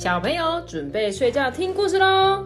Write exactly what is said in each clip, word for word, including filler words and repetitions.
小朋友准备睡觉听故事咯。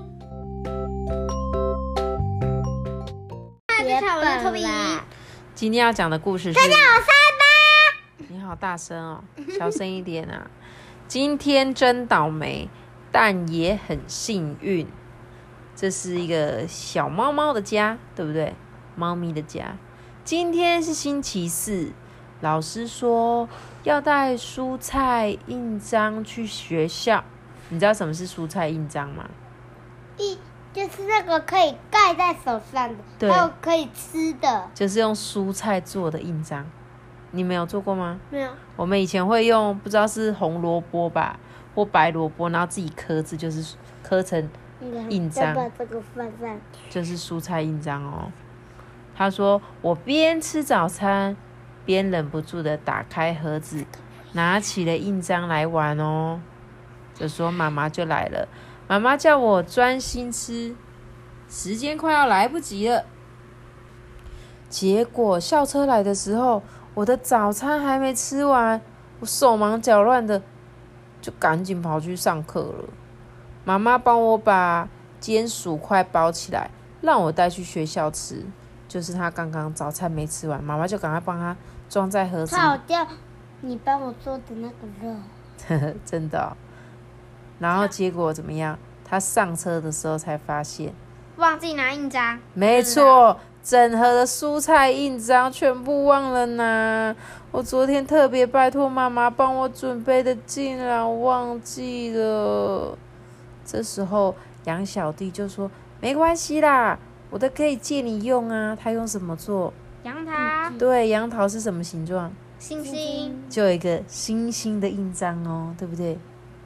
大家好，我是托比。 今天要讲的故事是…… 大家好，塞巴。 你好大声哦，小声一点啊！今天真倒霉，但也很幸运。这是一个小猫猫的家，对不对？猫咪的家。今天是星期四，老师说要带蔬菜印章去学校。你知道什么是蔬菜印章吗？ 一就是那个可以盖在手上的，还有可以吃的， 就是用蔬菜做的印章。你没有做过吗？ 没有。 我们以前会用，不知道是红萝卜吧，或白萝卜，然后自己刻字，就是刻成印章。 把这个放上， 就是蔬菜印章哦。他说我边吃早餐，边忍不住的打开盒子，拿起了印章来玩哦。这时候妈妈就来了，妈妈叫我专心吃，时间快要来不及了。结果校车来的时候，我的早餐还没吃完，我手忙脚乱的，就赶紧跑去上课了。妈妈帮我把煎薯块包起来，让我带去学校吃。就是他刚刚早餐没吃完，妈妈就赶快帮他装在盒子里。 好掉你帮我做的那个肉。 真的、哦。然后结果怎么样？他上车的时候才发现忘记拿印章。 没错，整盒的蔬菜印章全部忘了拿。我昨天特别拜托妈妈帮我准备的，竟然忘记了。这时候杨小弟就说：“没关系啦，我的可以借你用啊。”他用什么做？ 杨桃。 对，杨桃是什么形状？ 星星。 就有一个星星的印章哦，对不对？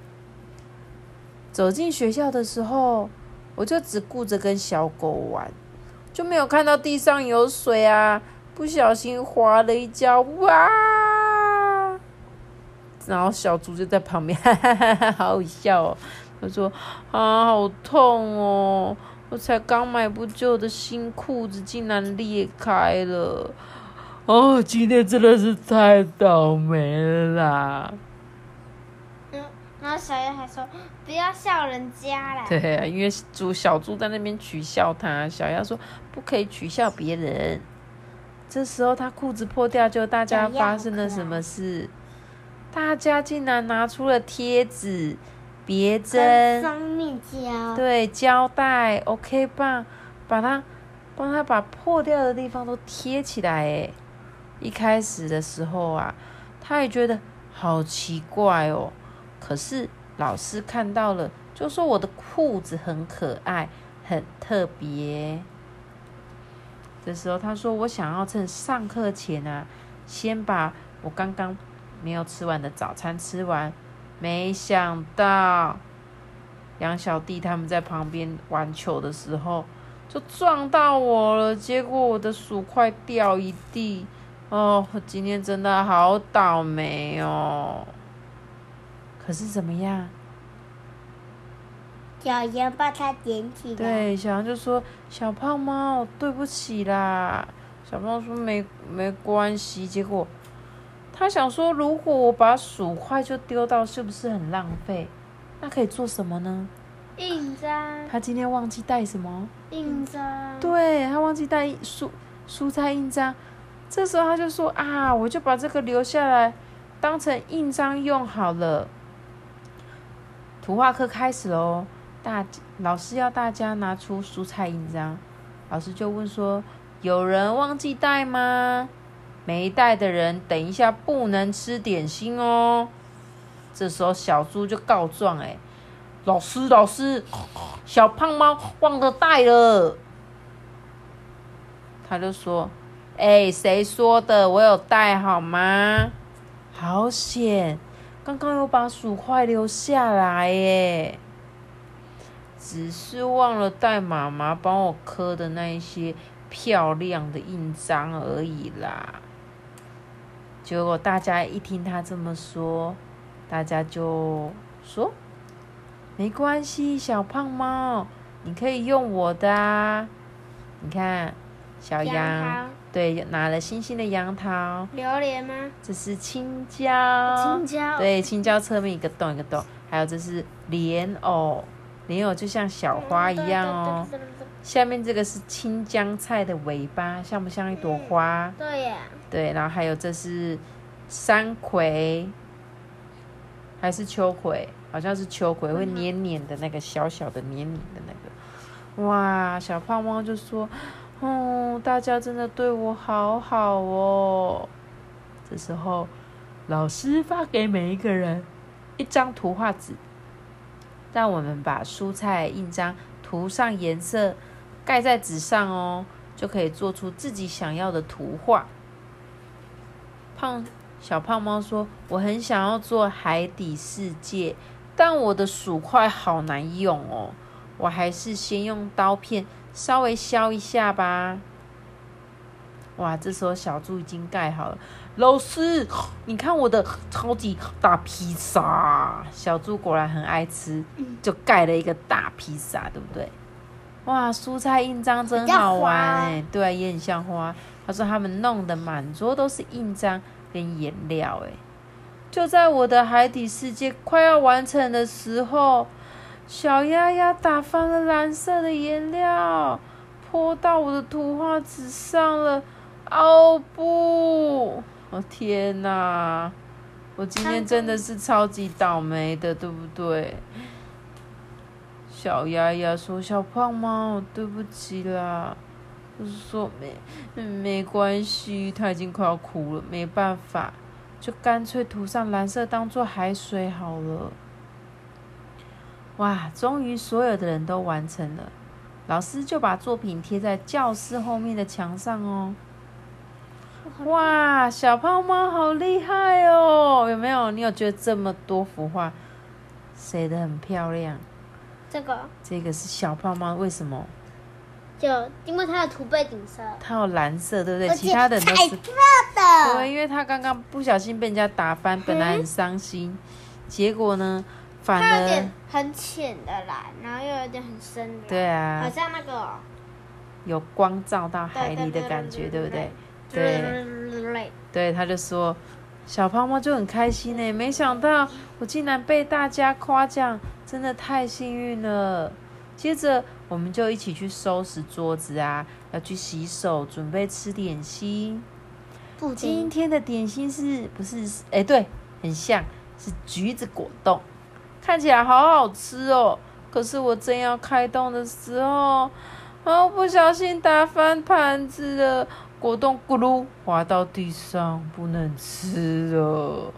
走进学校的时候，我就只顾着跟小狗玩，就没有看到地上有水啊，不小心滑了一跤，哇！然后小猪就在旁边，哈哈哈哈，好好笑哦。他说：“啊，好痛哦！我才刚买不久的新裤子，竟然裂开了。哦，今天真的是太倒霉了啦！” 嗯，然后小叶还说：“不要笑人家啦。” 对啊，因为猪小猪在那边取笑他，小鸭说不可以取笑别人。这时候他裤子破掉，就大家发生了什么事？大家竟然拿出了贴纸、别针、 双面胶， 对，胶带、OK 棒，把它帮他把破掉的地方都贴起来。哎，一开始的时候啊，他也觉得好奇怪哦。可是老师看到了，就说我的裤子很可爱，很特别。这时候他说，我想要趁上课前啊，先把我刚刚没有吃完的早餐吃完。没想到杨小弟他们在旁边玩球的时候，就撞到我了，结果我的薯块掉一地。哦，我今天真的好倒霉哦。可是怎么样？ 小羊把它捡起来。 对，小羊就说：“小胖猫，对不起啦。”小胖猫说：“没没关系。”结果他想说，如果我把薯块就丢到，是不是很浪费？那可以做什么呢？ 印章。 他今天忘记带什么？ 印章。 对，他忘记带蔬蔬菜印章。这时候他就说：“啊，我就把这个留下来，当成印章用好了。”图画课开始咯，大老师要大家拿出蔬菜印章。老师就问说：“有人忘记带吗？没带的人，等一下不能吃点心哦。”这时候小猪就告状：“哎，老师，老师，小胖猫忘了带了。”他就说：“哎，谁说的？我有带好吗？好险！刚刚有把薯块留下来耶，只是忘了带妈妈帮我刻的那一些漂亮的印章而已啦。”结果大家一听他这么说，大家就说：“没关系，小胖猫，你可以用我的啊。”你看，小羊对，拿了星星的杨桃。 榴莲吗？ 这是青椒。 青椒。 对，青椒侧面一个洞一个洞。还有这是莲藕，莲藕就像小花一样哦。嗯、下面这个是青江菜的尾巴，像不像一朵花？ 嗯、对呀。 对，然后还有这是山葵，还是秋葵？好像是秋葵，会黏黏的那个小小的黏黏的那个。哇，小胖猫就说：“哦，大家真的对我好好哦。”这时候，老师发给每一个人一张图画纸，让我们把蔬菜印章涂上颜色，盖在纸上哦，就可以做出自己想要的图画。胖小胖猫说：“我很想要做海底世界，但我的薯块好难用哦，我还是先用刀片稍微削一下吧。”哇，这时候小猪已经盖好了。老师，你看我的超级大披萨！小猪果然很爱吃，就盖了一个大披萨，对不对？哇，蔬菜印章真好玩哎，对、啊，也很像花。他说他们弄得满桌都是印章跟颜料哎。就在我的海底世界快要完成的时候，小鸭鸭打翻了蓝色的颜料，泼到我的图画纸上了。哦不！哦天哪！我今天真的是超级倒霉的，对不对？小鸭鸭说：“小胖猫，对不起啦。”我说没，没关系，他已经快要哭了，没办法，就干脆涂上蓝色当做海水好了。哇，终于所有的人都完成了，老师就把作品贴在教室后面的墙上哦。哇，小胖猫好厉害哦！有没有？你有觉得这么多幅画写得很漂亮？ 这个， 这个是小胖猫，为什么？ 就因为它的涂背景色， 它有蓝色，对不对？其他的都是彩色的。 对，因为它刚刚不小心被人家打翻，本来很伤心，嗯、结果呢，反而它有点很浅的蓝，然后又有点很深的蓝。 对啊， 好像那个、哦、 有光照到海里的感觉，对不对？对，对，他就说，小胖猫就很开心呢，没想到我竟然被大家夸奖，真的太幸运了。接着我们就一起去收拾桌子啊，要去洗手，准备吃点心。今天的点心是不是？哎，对，很像是橘子果冻，看起来好好吃哦。可是我正要开动的时候，哦，不小心打翻盘子了。果冻咕噜滑到地上，不能吃了。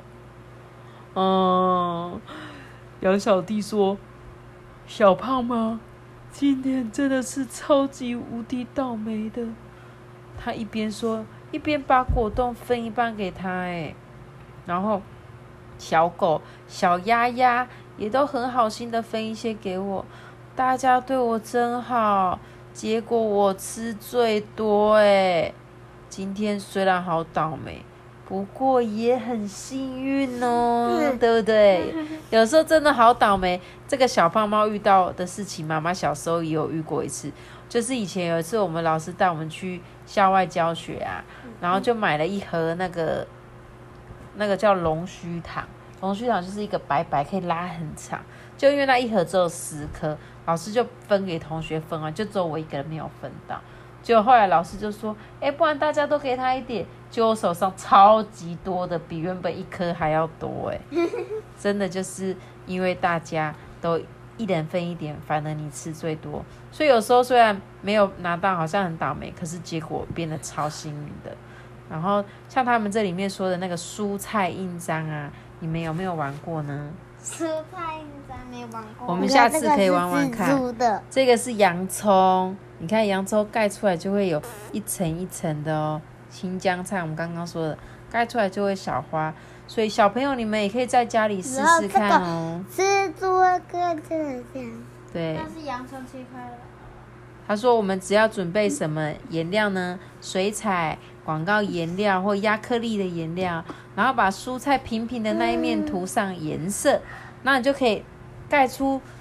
嗯，杨小弟说：“小胖猫，今天真的是超级无敌倒霉的。”他一边说，一边把果冻分一半给他。哎，然后小狗、小鸭鸭也都很好心的分一些给我。大家对我真好，结果我吃最多。哎。今天虽然好倒霉，不过也很幸运哦，嗯、对不对？有时候真的好倒霉。这个小胖猫遇到的事情，妈妈小时候也有遇过一次。就是以前有一次，我们老师带我们去校外教学啊，然后就买了一盒那个那个叫龙须糖，龙须糖就是一个白白可以拉很长，就因为那一盒只有十颗，老师就分给同学分完，就只有我一个人没有分到。结果后来老师就说：“哎，不然大家都给他一点。”就我手上超级多的，比原本一颗还要多哎！真的就是因为大家都一人分一点，反而你吃最多。所以有时候虽然没有拿到，好像很倒霉，可是结果变得超幸运的。然后像他们这里面说的那个蔬菜印章啊，你们有没有玩过呢？ 蔬菜印章没玩过， 我们下次可以玩玩看。这个是洋葱。你看洋葱盖出来就会有一层一层的哦，青江菜我们刚刚说的，盖出来就会小花，所以小朋友你们也可以在家里试试看哦。 吃做个这样。 对。 那是洋葱切开了。 他说我们只要准备什么颜料呢？水彩、广告颜料或亚克力的颜料，然后把蔬菜平平的那一面涂上颜色，那、嗯、你就可以盖出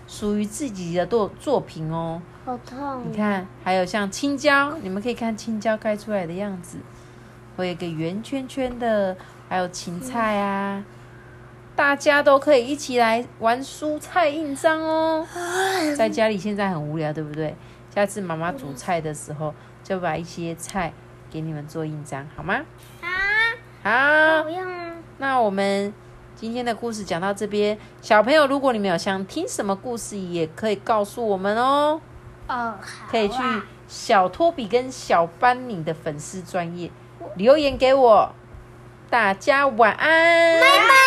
属于自己的作作品哦。 好痛！ 你看，还有像青椒，你们可以看青椒盖出来的样子，会有一个圆圈圈的，还有芹菜啊，嗯、大家都可以一起来玩蔬菜印章哦。在家里现在很无聊，对不对？下次妈妈煮菜的时候，就把一些菜给你们做印章，好吗？ 啊， 好，那我们今天的故事讲到这边，小朋友，如果你们有想听什么故事，也可以告诉我们哦。 哦，好啊、 可以去小托比跟小班尼的粉丝专页留言给我。大家晚安， 拜拜。